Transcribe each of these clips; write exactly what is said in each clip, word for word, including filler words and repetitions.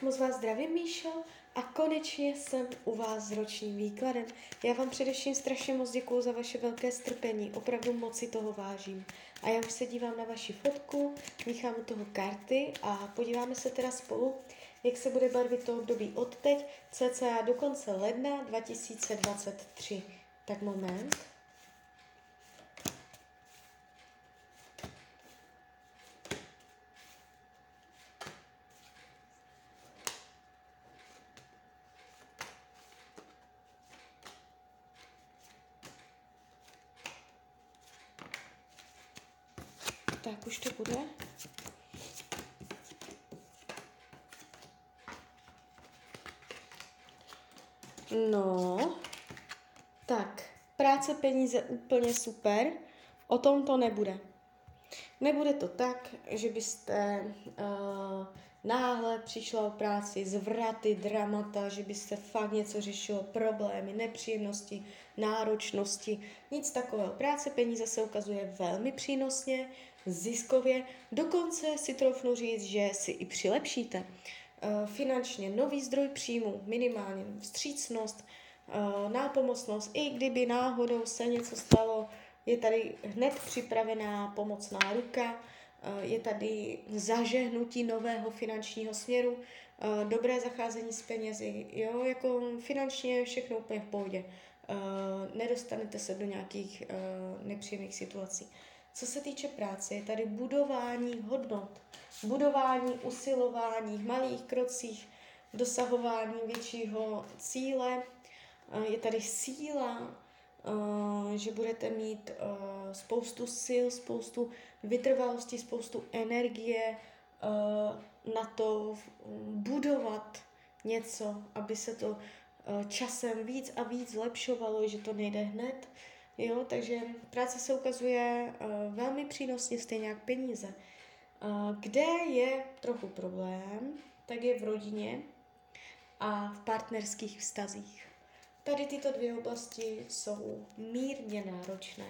Moc vás zdravím, Míšo, a konečně jsem u vás s ročním výkladem. Já vám především strašně moc děkuju za vaše velké strpení, opravdu moc si toho vážím. A já už se dívám na vaši fotku, míchám u toho karty a podíváme se teda spolu, jak se bude barvit to období od teď, cca do konce ledna dva tisíce dvacet tři. Tak moment. Tak už to bude. No, tak, práce, peníze úplně super, o tom to nebude. Nebude to tak, že byste uh, náhle přišla o práci, zvraty, dramata, že byste fakt něco řešilo, problémy, nepříjemnosti, náročnosti, nic takového. Práce, peníze se ukazuje velmi přínosně, ziskově, dokonce si troufnu říct, že si i přilepšíte. Uh, finančně nový zdroj příjmu, minimálně vstřícnost, uh, nápomocnost, i kdyby náhodou se něco stalo, je tady hned připravená pomocná ruka, je tady zažehnutí nového finančního směru, dobré zacházení s penězi, jo, jako finančně všechno úplně v pohodě. Nedostanete se do nějakých nepříjemných situací. Co se týče práce, je tady budování hodnot, budování, usilování v malých krocích, dosahování většího cíle, je tady síla, Uh, že budete mít uh, spoustu sil, spoustu vytrvalosti, spoustu energie uh, na to budovat něco, aby se to uh, časem víc a víc zlepšovalo, že to nejde hned. Jo? Takže práce se ukazuje uh, velmi přínosně, stejně jak peníze. Uh, kde je trochu problém, tak je v rodině a v partnerských vztazích. Tady tyto dvě oblasti jsou mírně náročné,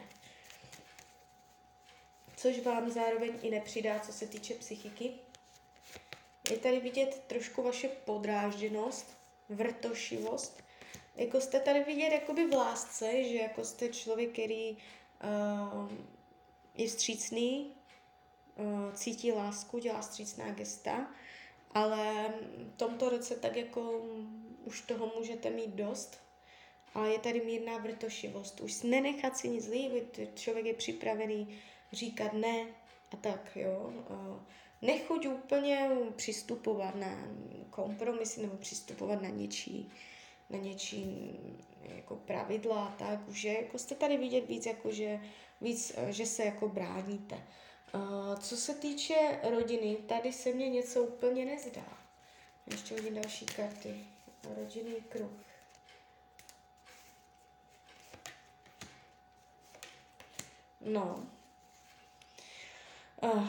což vám zároveň i nepřidá, co se týče psychiky. Je tady vidět trošku vaše podrážděnost, vrtošivost. Jako jste tady vidět jakoby v lásce, že jako jste člověk, který uh, je vstřícný, uh, cítí lásku, dělá vstřícná gesta, ale v tomto roce tak jako už toho můžete mít dost. A je tady mírná vrtošivost. Už nenechat si nic líbit, člověk je připravený říkat ne a tak, jo. Nechoď úplně přistupovat na kompromisy nebo přistupovat na něčí, na něčí jako pravidla a tak. Už je, jako jste tady vidět víc, jako že, víc, že se jako bráníte. Co se týče rodiny, tady se mně něco úplně nezdá. Ještě hodím další karty. Rodinný kruh. No, uh,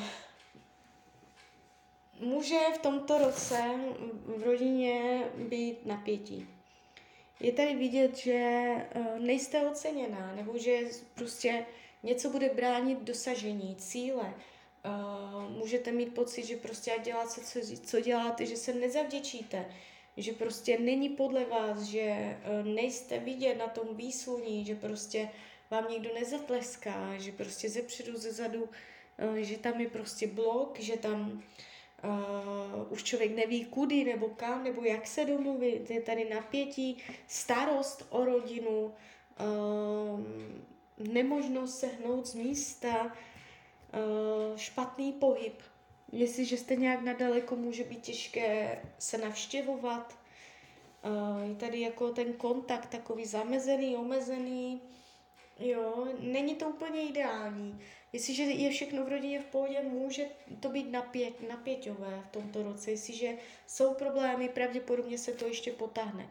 může v tomto roce v rodině být napětí. Je tady vidět, že uh, nejste oceněná, nebo že prostě něco bude bránit dosažení cíle. Uh, můžete mít pocit, že prostě ať děláte, co, co děláte, že se nezavděčíte, že prostě není podle vás, že uh, nejste vidět na tom výsluní, že prostě vám někdo nezatleská, že prostě zepředu, zezadu, že tam je prostě blok, že tam uh, už člověk neví kudy nebo kam, nebo jak se domluvit, je tady napětí, starost o rodinu, uh, nemožnost se hnout z místa, uh, špatný pohyb. Jestliže jste nějak nadaleko, může být těžké se navštěvovat. Uh, je tady jako ten kontakt takový zamezený, omezený. Jo, není to úplně ideální. Jestliže je všechno v rodině v pohodě, může to být napět, napěťové v tomto roce. Jestliže jsou problémy, pravděpodobně se to ještě potáhne.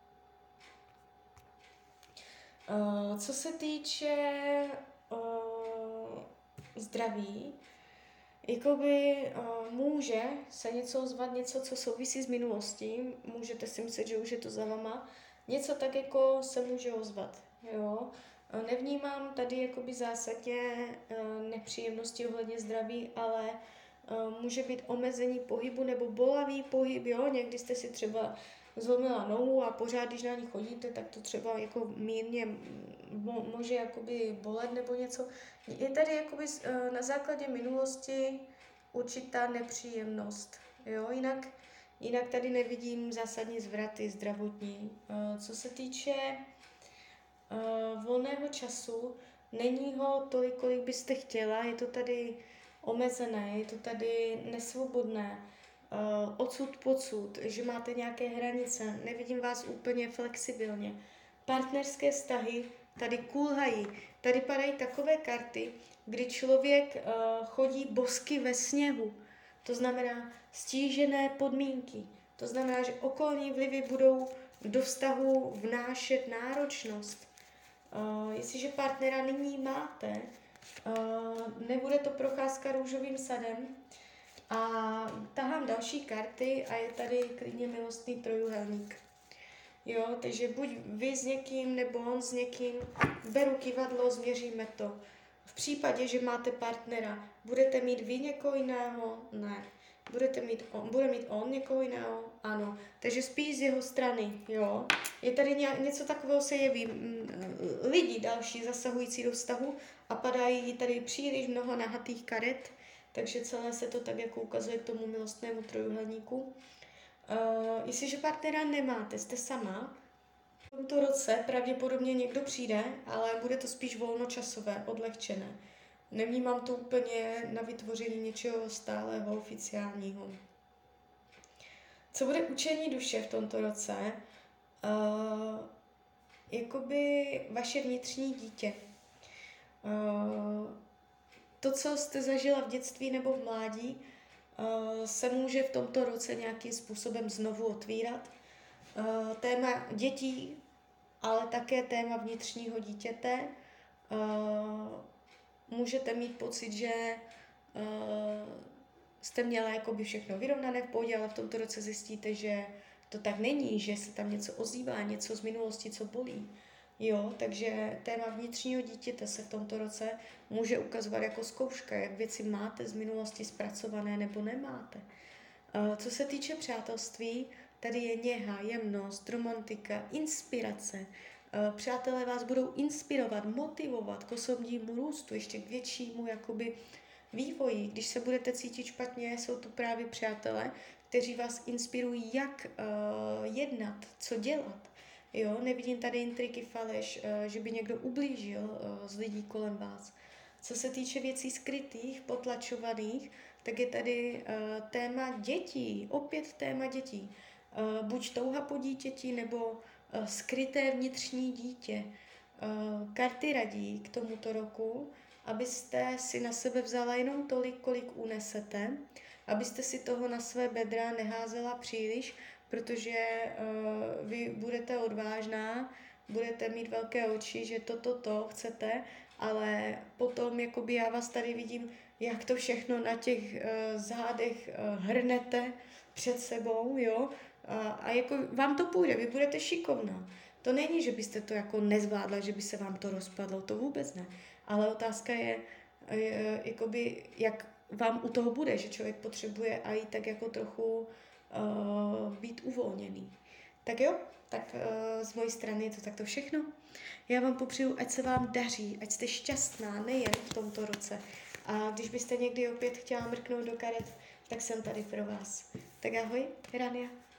Uh, co se týče uh, zdraví, jakoby uh, může se něco ozvat, něco, co souvisí s minulostí. Můžete si myslet, že už je to za vama. Něco tak jako se může ozvat, jo. Nevnímám tady jakoby zásadně nepříjemnosti ohledně zdraví, ale Uh, může být omezení pohybu nebo bolavý pohyb, jo, někdy jste si třeba zlomila nohu a pořád, když na ní chodíte, tak to třeba jako mírně mo- může jakoby bolet nebo něco. Je tady jakoby uh, na základě minulosti určitá nepříjemnost, jo, jinak, jinak tady nevidím zásadní zvraty zdravotní. Uh, co se týče uh, volného času, není ho tolik, kolik byste chtěla, je to tady omezené, je to tady nesvobodné, uh, odsud pocud, že máte nějaké hranice, nevidím vás úplně flexibilně. Partnerské vztahy tady kulhají, tady padají takové karty, kdy člověk uh, chodí bosky ve sněhu, to znamená stížené podmínky, to znamená, že okolní vlivy budou do vztahu vnášet náročnost. Uh, jestliže partnera nyní máte, uh, nebude to procházka růžovým sadem a tahám další karty a je tady klidně milostný trojuhelník. Jo, takže buď vy s někým, nebo on s někým, beru kivadlo, změříme to. V případě, že máte partnera, budete mít vy někoho jiného? Ne. Budete mít on, bude mít on někoho jiného? Ano. Takže spíš z jeho strany, jo. Je tady ně, něco takového se jeví. M, lidi další zasahující do vztahu a padají tady příliš mnoho nahatých karet, takže celé se to tak jako ukazuje k tomu milostnému trojuhelníku. Uh, jestliže partnera nemáte, jste sama, v tomto roce pravděpodobně někdo přijde, ale bude to spíš volnočasové, odlehčené. Nevnímám to úplně na vytvoření něčeho stálého, oficiálního. Co bude učení duše v tomto roce? Uh, jakoby vaše vnitřní dítě. Uh, to, co jste zažila v dětství nebo v mládí, uh, se může v tomto roce nějakým způsobem znovu otvírat. Uh, téma dětí, ale také téma vnitřního dítěte. Uh, můžete mít pocit, že uh, jste měla jakoby všechno vyrovnané v pohodě, ale v tomto roce zjistíte, že to tak není, že se tam něco ozývá, něco z minulosti, co bolí. Jo, takže téma vnitřního dítěte se v tomto roce může ukazovat jako zkouška, jak věci máte z minulosti zpracované nebo nemáte. Uh, co se týče přátelství, tady je něha, jemnost, romantika, inspirace. Uh, přátelé vás budou inspirovat, motivovat k osobnímu růstu, ještě k většímu jakoby vývoji. Když se budete cítit špatně, jsou tu právě přátelé, kteří vás inspirují, jak uh, jednat, co dělat. Jo, nevidím tady intriky, faleš, uh, že by někdo ublížil uh, z lidí kolem vás. Co se týče věcí skrytých, potlačovaných, tak je tady uh, téma dětí, opět téma dětí. Uh, buď touha po dítěti, nebo uh, skryté vnitřní dítě. Uh, karty radí k tomuto roku, abyste si na sebe vzala jenom tolik, kolik unesete, abyste si toho na své bedra neházela příliš, protože uh, vy budete odvážná, budete mít velké oči, že toto, to, to chcete, ale potom jakoby já vás tady vidím, jak to všechno na těch uh, zádech uh, hrnete před sebou, jo, a, a jako vám to půjde, vy budete šikovná. To není, že byste to jako nezvládla, že by se vám to rozpadlo, to vůbec ne. Ale otázka je, je jakoby, jak vám u toho bude, že člověk potřebuje a i tak jako trochu uh, být uvolněný. Tak jo, tak uh, z mojí strany je to takto všechno. Já vám popřeju, ať se vám daří, ať jste šťastná nejen v tomto roce. A když byste někdy opět chtěla mrknout do karet, tak jsem tady pro vás. Tak ahoj, Rania.